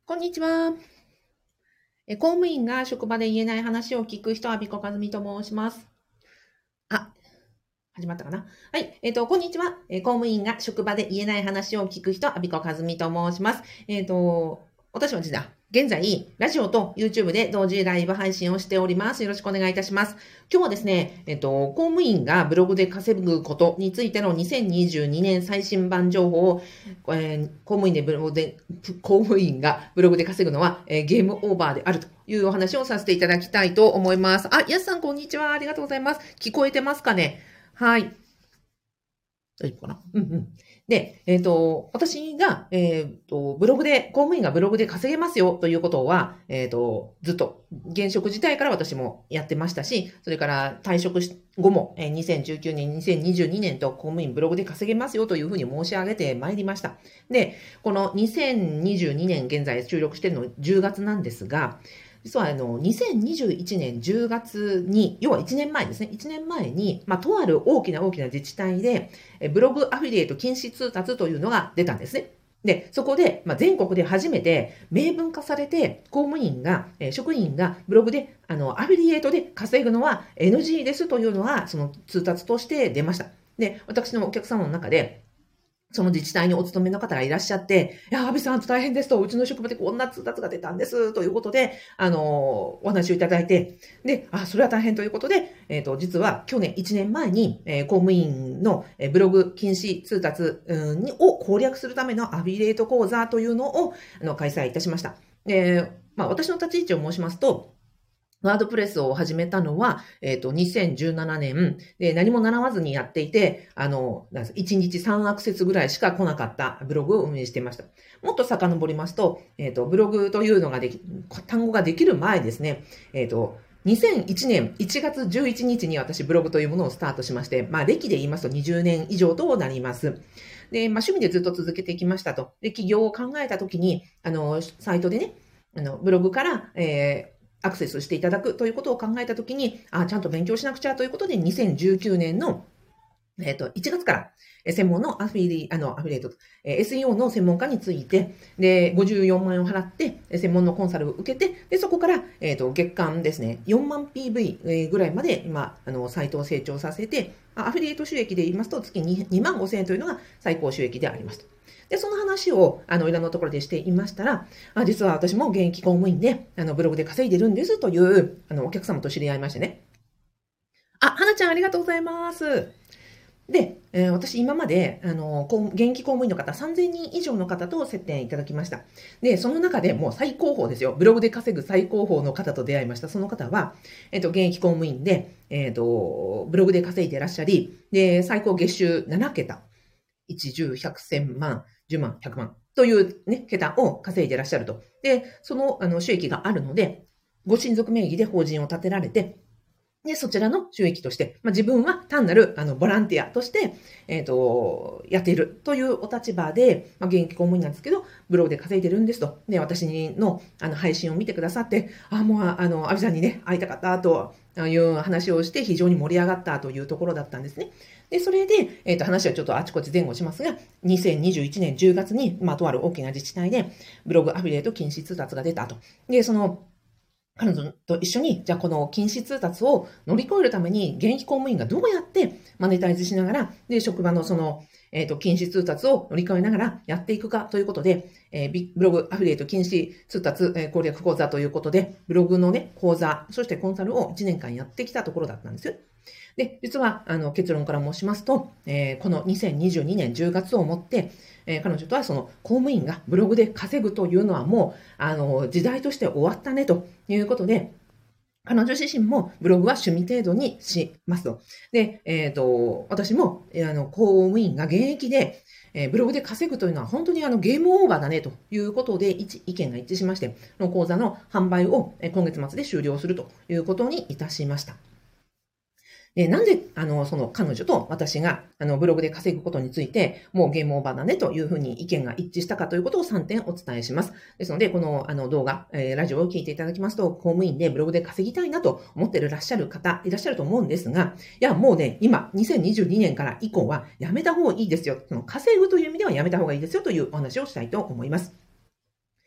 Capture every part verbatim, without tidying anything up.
こんにちは。え公務員が職場で言えない話を聞く人は、阿比子和美と申します。あ、始まったかな。はい。えっ、と、こんにちは。え公務員が職場で言えない話を聞く人、阿比子和美と申します。えっ、と、私はですね、現在、ラジオと YouTube で同時ライブ配信をしております。よろしくお願いいたします。今日はですね、えっ、と、公務員がブログで稼ぐことについてのにせんにじゅうにねん最新版情報を、えー公務員でブログで、公務員がブログで稼ぐのは、えーゲームオーバーであるというお話をさせていただきたいと思います。あ、やすさんこんにちは。ありがとうございます。聞こえてますかね。はい。大丈夫かな。うんうん。で、えっ、と、私が、えっ、と、ブログで、公務員がブログで稼げますよということは、えっ、と、ずっと、現職時代から私もやってましたし、それから退職後も、えーにせんじゅうきゅうねん、にせんにじゅうにねんと公務員ブログで稼げますよというふうに申し上げてまいりました。で、このにせんにじゅうにねん現在収録しているのじゅうがつなんですが、実はあの、にせんにじゅういちねんじゅうがつに、要はいちねんまえですね。いちねんまえに、まあ、とある大きな大きな自治体で、ブログアフィリエイト禁止通達というのが出たんですね。で、そこで、まあ、全国で初めて明文化されて、公務員が、えー職員がブログで、あの、アフィリエイトで稼ぐのは エヌジー ですというのが、その通達として出ました。で、私のお客様の中で、その自治体にお勤めの方がいらっしゃって、いや、安倍さん大変ですと、うちの職場でこんな通達が出たんです、ということで、あの、お話をいただいて、で、あ、それは大変ということで、えっ、と、実は去年いちねんまえに、えー公務員のえーブログ禁止通達、うんにを攻略するためのアフィリエイト講座というのを、あの、開催いたしました。で、まあ、私の立ち位置を申しますと、ワードプレスを始めたのは、えっ、と、にせんじゅうななねんで、何も習わずにやっていて、あの、なんですいちにちさんアクセスぐらいしか来なかったブログを運営していました。もっと遡りますと、えっ、と、ブログというのができ、単語ができる前ですね、えっ、と、にせんいちねんいちがつじゅういちにちに私ブログというものをスタートしまして、まあ歴で言いますとにじゅうねん以上となります。で、まあ趣味でずっと続けてきましたと。で、起業を考えたときに、あの、サイトでね、あの、ブログから、えーアクセスしていただくということを考えたときに、あ、ちゃんと勉強しなくちゃということで、にせんじゅうきゅうねんのえっ、と、いちがつから、え専門のアフィリ、あの、アフィリエイト、えー エスイーオー の専門家について、で、ごじゅうよんまん円を払って、え専門のコンサルを受けて、で、そこから、えっ、と、月間ですね、よんまんピーブイ えーぐらいまで、今、あの、サイトを成長させて、アフィリエイト収益で言いますと、月ににまんごせん円というのが最高収益でありますと。で、その話を、あの、いろんなところでしていましたら、あ、実は私も現役公務員で、あの、ブログで稼いでるんですという、あの、お客様と知り合いましてね。あ、花ちゃんありがとうございます。で、えー私今まで、あの、公現役公務員の方、さんぜんにん以上の方と接点いただきました。で、その中でもう最高峰ですよ。ブログで稼ぐ最高峰の方と出会いました。その方は、えっと、現役公務員で、えっと、ブログで稼いでいらっしゃり、で、最高月収ななけた。いち、じゅう、ひゃく、せんまん、じゅうまん、ひゃくまんというね、桁を稼いでいらっしゃると。で、その、あの、収益があるので、ご親族名義で法人を立てられて、で、そちらの収益として、まあ、自分は単なるあのボランティアとして、えっ、と、やっているというお立場で、まあ、現役公務員なんですけど、ブログで稼いでるんですと。で、私のあの配信を見てくださって、あ、もう、あの、アビさんにね、会いたかったという話をして非常に盛り上がったというところだったんですね。で、それで、えっ、と、話はちょっとあちこち前後しますが、にせんにじゅういちねんじゅうがつに、まあ、とある大きな自治体で、ブログアフィリエイト禁止通達が出たと。で、その、彼女と一緒に、じゃあこの禁止通達を乗り越えるために、現役公務員がどうやってマネタイズしながら、で、職場のその、えっ、と、禁止通達を乗り越えながらやっていくかということで、えービブログアフィリエイト禁止通達、えー攻略講座ということで、ブログのね、講座、そしてコンサルをいちねんかんやってきたところだったんですよ。で、実は、あの、結論から申しますと、えーこのにせんにじゅうにねんじゅうがつをもって、えー彼女とはその公務員がブログで稼ぐというのはもう、あの、時代として終わったねということで、彼女自身もブログは趣味程度にしますと。で、えっ、と、私も、えーあの、公務員が現役で、えーブログで稼ぐというのは本当にあのゲームオーバーだねということで一意見が一致しまして、の講座の販売をえー今月末で終了するということにいたしました。で、なんで、あの、その彼女と私が、あの、ブログで稼ぐことについて、もうゲームオーバーだねというふうに意見が一致したかということをさんてんお伝えします。ですので、この、あの、動画、えーラジオを聞いていただきますと、公務員でブログで稼ぎたいなと思っていらっしゃる方、いらっしゃると思うんですが、いや、もうね、今、にせんにじゅうにねんから以降は、やめた方がいいですよ。その稼ぐという意味ではやめた方がいいですよというお話をしたいと思います。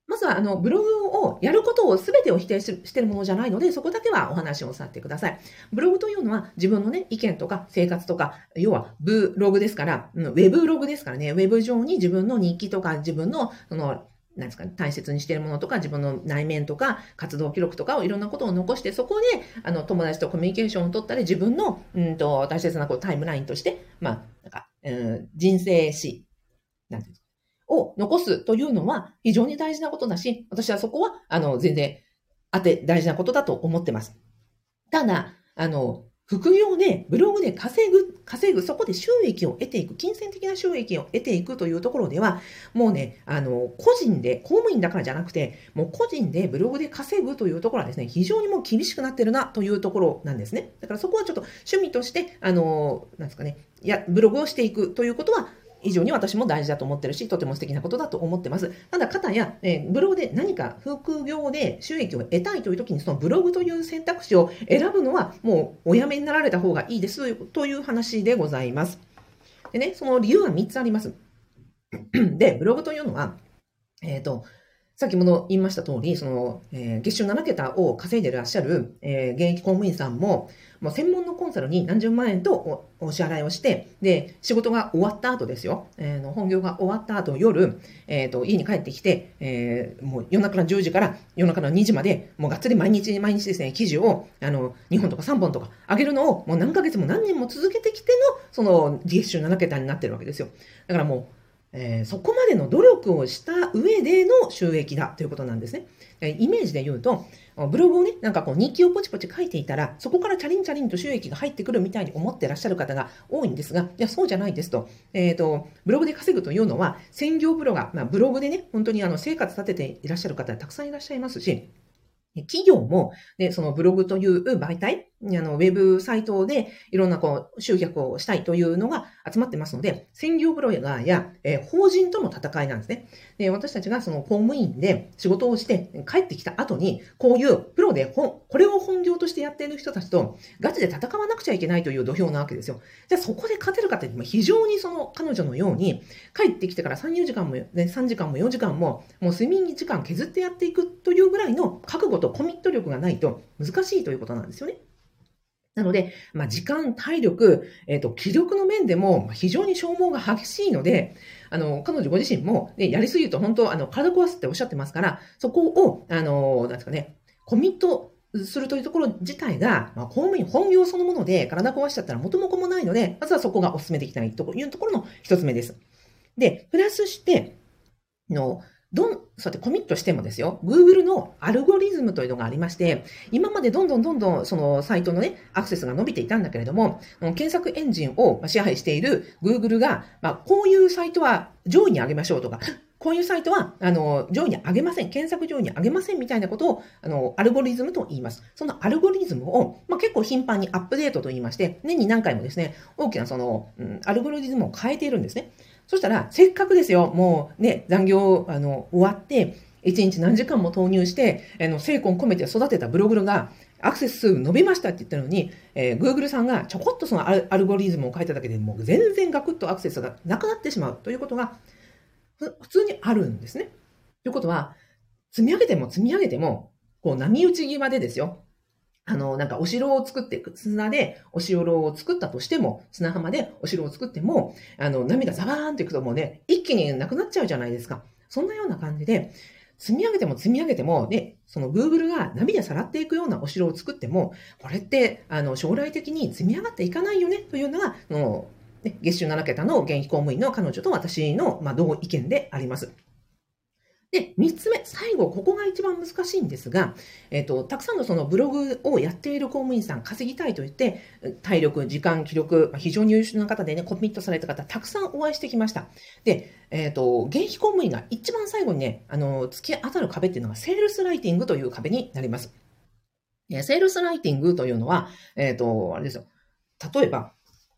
まずは、あの、ブログをやることを全てを否定ししているものじゃないので、そこだけはお話をさせてください。ブログというのは自分のね、意見とか生活とか、要はブログですから、うん、ウェブログですからね、ウェブ上に自分の日記とか自分の、その、なんですか、大切にしているものとか、自分の内面とか、活動記録とかをいろんなことを残して、そこで、あの、友達とコミュニケーションを取ったり、自分の、うんと、大切なこうタイムラインとして、まあ、なんか、うん、人生史、なんていうんですか、を残すというのは非常に大事なことだし、私はそこは、あの、全然、あて、大事なことだと思ってます。ただ、あの、副業で、ブログで稼ぐ、稼ぐ、そこで収益を得ていく、金銭的な収益を得ていくというところでは、もうね、あの、個人で、公務員だからじゃなくて、もう個人でブログで稼ぐというところはですね、非常にもう厳しくなってるなというところなんですね。だからそこはちょっと趣味として、あの、なんですかね、いや、ブログをしていくということは、以上に私も大事だと思ってるし、とても素敵なことだと思ってます。ただ、かたや、えー、ブログで何か副業で収益を得たいという時に、そのブログという選択肢を選ぶのは、もうおやめになられた方がいいですという話でございます。でね、その理由はみっつあります。で、ブログというのは、えっと、さっきも言いました通り、その、えー、月収ななけたを稼いでいらっしゃる、えー、現役公務員さんも、もう専門のコンサルに何十万円と お, お支払いをして、で、仕事が終わった後ですよ。えー、の本業が終わった後、夜、えっ、ー、と、家に帰ってきて、えー、もう夜中のじゅうじから夜中のにじまで、もうがっつり毎日毎日ですね、記事を、あの、にほんとかさんぼんとか上げるのを、もう何ヶ月も何年も続けてきての、その、月収ななけたになってるわけですよ。だからもう、えー、そこまでの努力をした上での収益だということなんですね。イメージで言うと、ブログをね、なんかこう日記をポチポチ書いていたら、そこからチャリンチャリンと収益が入ってくるみたいに思ってらっしゃる方が多いんですが、いや、そうじゃないですと。えっと、ブログで稼ぐというのは、専業ブロガー、まあ、ブログでね、本当にあの生活立てていらっしゃる方たくさんいらっしゃいますし、企業も、ね、そのブログという媒体、あの、ウェブサイトでいろんなこう、集客をしたいというのが集まってますので、専業ブロガーや、えー、法人との戦いなんですね。で、私たちがその公務員で仕事をして帰ってきた後に、こういうプロでこれを本業としてやっている人たちとガチで戦わなくちゃいけないという土俵なわけですよ。じゃあそこで勝てるかって非常にその彼女のように帰ってきてからさん、よじかんも、ね、さんじかんもよじかんももう睡眠時間削ってやっていくというぐらいの覚悟とコミット力がないと難しいということなんですよね。なので、まあ、時間、体力、えっと、気力の面でも非常に消耗が激しいので、あの、彼女ご自身も、ね、やりすぎると本当、あの、体壊すっておっしゃってますから、そこを、あの、なんですかね、コミットするというところ自体が、まあ、公務員本業そのもので体壊しちゃったら元も子もないので、まずはそこがお勧めできないというところの一つ目です。で、プラスして、の、どん、そうやってコミットしてもですよ、Google のアルゴリズムというのがありまして、今までどんどんどんどんそのサイトのね、アクセスが伸びていたんだけれども、検索エンジンを支配している Google が、まあ、こういうサイトは上位に上げましょうとか、こういうサイトは、あの、上位に上げません。検索上位に上げませんみたいなことを、あの、アルゴリズムと言います。そのアルゴリズムを、まあ、結構頻繁にアップデートと言いまして、年に何回もですね、大きなその、うん、アルゴリズムを変えているんですね。そしたら、せっかくですよ、もうね、残業、あの、終わって、一日何時間も投入して、あの、精魂込めて育てたブログが、アクセス数伸びましたって言ったのに、えー、Google さんがちょこっとそのアルゴリズムを変えただけでもう全然ガクッとアクセスがなくなってしまうということが、普通にあるんですね。ということは、積み上げても積み上げても、こう波打ち際でですよ。あの、なんかお城を作っていく。砂でお城を作ったとしても、砂浜でお城を作っても、あの、波がザバーンっていくともうね、一気になくなっちゃうじゃないですか。そんなような感じで、積み上げても積み上げても、ね、その Google が波でさらっていくようなお城を作っても、これって、あの、将来的に積み上がっていかないよね、というのが、のね、月収ななけたの現役公務員の彼女と私の、まあ、同意見であります。で、三つ目、最後、ここが一番難しいんですが、えっと、たくさんのそのブログをやっている公務員さん、稼ぎたいと言って、体力、時間、気力、非常に優秀な方でね、コミットされた方、たくさんお会いしてきました。で、えっと、現役公務員が一番最後にね、あの、突き当たる壁っていうのが、セールスライティングという壁になります。セールスライティングというのは、えっと、あれですよ。例えば、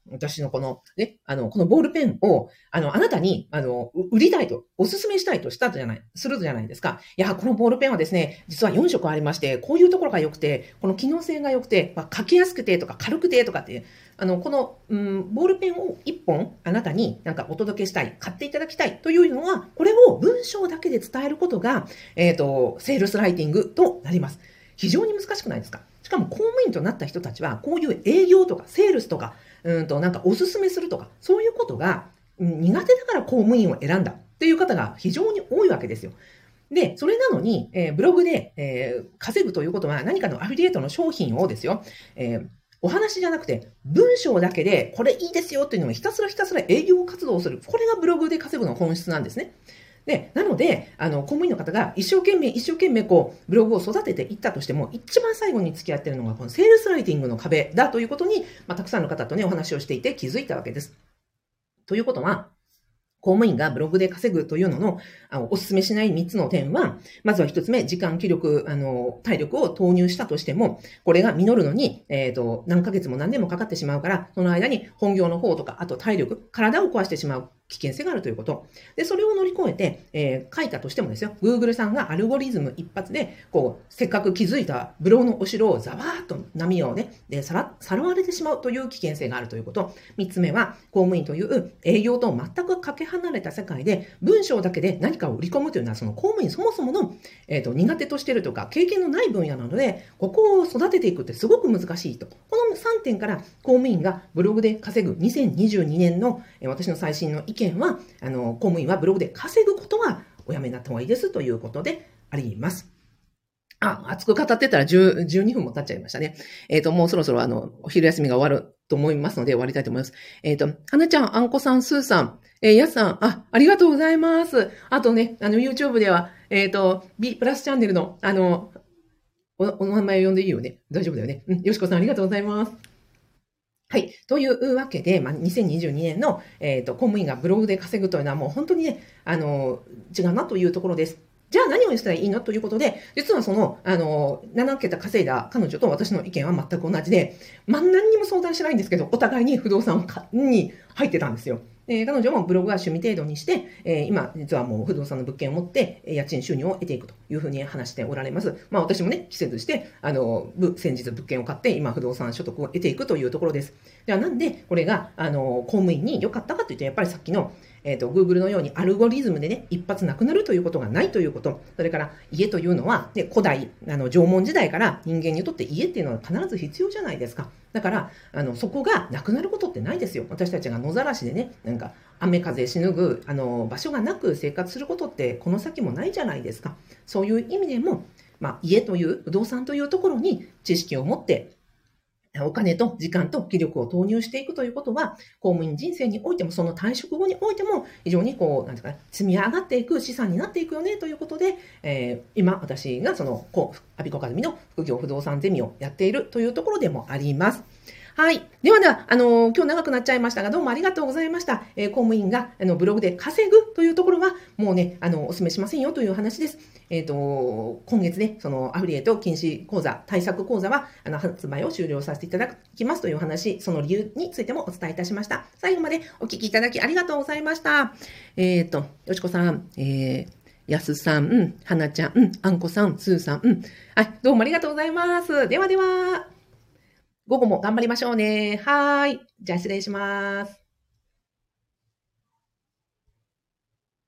私のこの、ね、あの、このボールペンを、あの、あなたに、あの、売りたいと、お勧めしたいとしたじゃない、するじゃないですか。いや、このボールペンはですね、実はよんしょくありまして、こういうところが良くて、この機能性が良くて、まあ、書きやすくてとか軽くてとかって、あの、この、うん、ボールペンをいっぽんあなたになんかお届けしたい、買っていただきたいというのは、これを文章だけで伝えることが、えっと、セールスライティングとなります。非常に難しくないですか？しかも公務員となった人たちは、こういう営業とかセールスとか、うんとなんかおすすめするとか、そういうことがうん苦手だから公務員を選んだっていう方が非常に多いわけですよ。で、それなのに、えーブログで、えー稼ぐということは何かのアフィリエイトの商品をですよ、えーお話じゃなくて文章だけでこれいいですよっていうのをひたすらひたすら営業活動をする。これがブログで稼ぐの本質なんですね。で、なので、あの、公務員の方が一生懸命一生懸命こう、ブログを育てていったとしても、一番最後に付き合っているのがこのセールスライティングの壁だということに、まあ、たくさんの方とね、お話をしていて気づいたわけです。ということは、公務員がブログで稼ぐというのの、あのお勧めしないみっつの点は、まずはひとつめ、時間、気力、あの、体力を投入したとしても、これが実るのに、えっと、何ヶ月も何年もかかってしまうから、その間に本業の方とか、あと体力、体を壊してしまう危険性があるということ。で、それを乗り越えて、えー書いたとしてもですよ、Google さんがアルゴリズム一発で、こう、せっかく築いたブログのお城をザワーッと波をね、で、さら、さらわれてしまうという危険性があるということ。三つ目は、公務員という営業と全くかけ離れた世界で、文章だけで何かを売り込むというのは、その公務員そもそもの、えっと、苦手としているとか、経験のない分野なので、ここを育てていくってすごく難しいと。このさんてんから公務員がブログで稼ぐにせんにじゅうにねんの、えー私の最新の意見は、あの、公務員はブログで稼ぐことはおやめになった方がいいですということであります。あ、熱く語ってたらじゅう、じゅうにふんも経っちゃいましたね。えっ、と、もうそろそろあの、お昼休みが終わると思いますので終わりたいと思います。えっ、と、はなちゃん、あんこさん、すーさん、えー、やすさん、あ、ありがとうございます。あとね、あの、YouTube では、えっ、と、B プラスチャンネルの、あの、お、お名前を呼んでいいよね。大丈夫だよね。うん、よしこさん、ありがとうございます。はい。というわけで、まあ、にせんにじゅうにねんの、えっ、と、公務員がブログで稼ぐというのはもう本当にね、あの、違うなというところです。じゃあ何をしたらいいのということで、実はその、あの、ななけた稼いだ彼女と私の意見は全く同じで、まあ、何にも相談しないんですけど、お互いに不動産に入ってたんですよ。えー彼女もブログは趣味程度にして、えー今、実はもう不動産の物件を持って、家賃収入を得ていくというふうに話しておられます。まあ私もね、季節して、あの、先日物件を買って、今不動産所得を得ていくというところです。ではなんで、これが、あの、公務員に良かったかというと、やっぱりさっきの、えっ、と、Google のようにアルゴリズムでね、一発なくなるということがないということ。それから、家というのは、ね、古代、あの、縄文時代から人間にとって家っていうのは必ず必要じゃないですか。だから、あの、そこがなくなることってないですよ。私たちが野ざらしでね、なんか、雨風しのぐ、あの、場所がなく生活することって、この先もないじゃないですか。そういう意味でも、まあ、家という不動産というところに知識を持って、お金と時間と気力を投入していくということは、公務員人生においても、その退職後においても、非常にこう、なんていうかな、積み上がっていく資産になっていくよね、ということで、えー今、私がその、こう、アビコカズミの副業不動産ゼミをやっているというところでもあります。はい。ではでは、あのー今日長くなっちゃいましたが、どうもありがとうございました。えー公務員が、あの、ブログで稼ぐというところは、もうね、あの、お勧めしませんよという話です。えっ、と、今月ね、そのアフリエイト禁止講座、対策講座は、あの、発売を終了させていただきますという話、その理由についてもお伝えいたしました。最後までお聞きいただきありがとうございました。えっ、と、よしこさん、えー、やすさん、うん、はなちゃん、うん、あんこさん、すーさん、うん。はい、どうもありがとうございます。ではでは。午後も頑張りましょうね。はーい。じゃあ失礼します。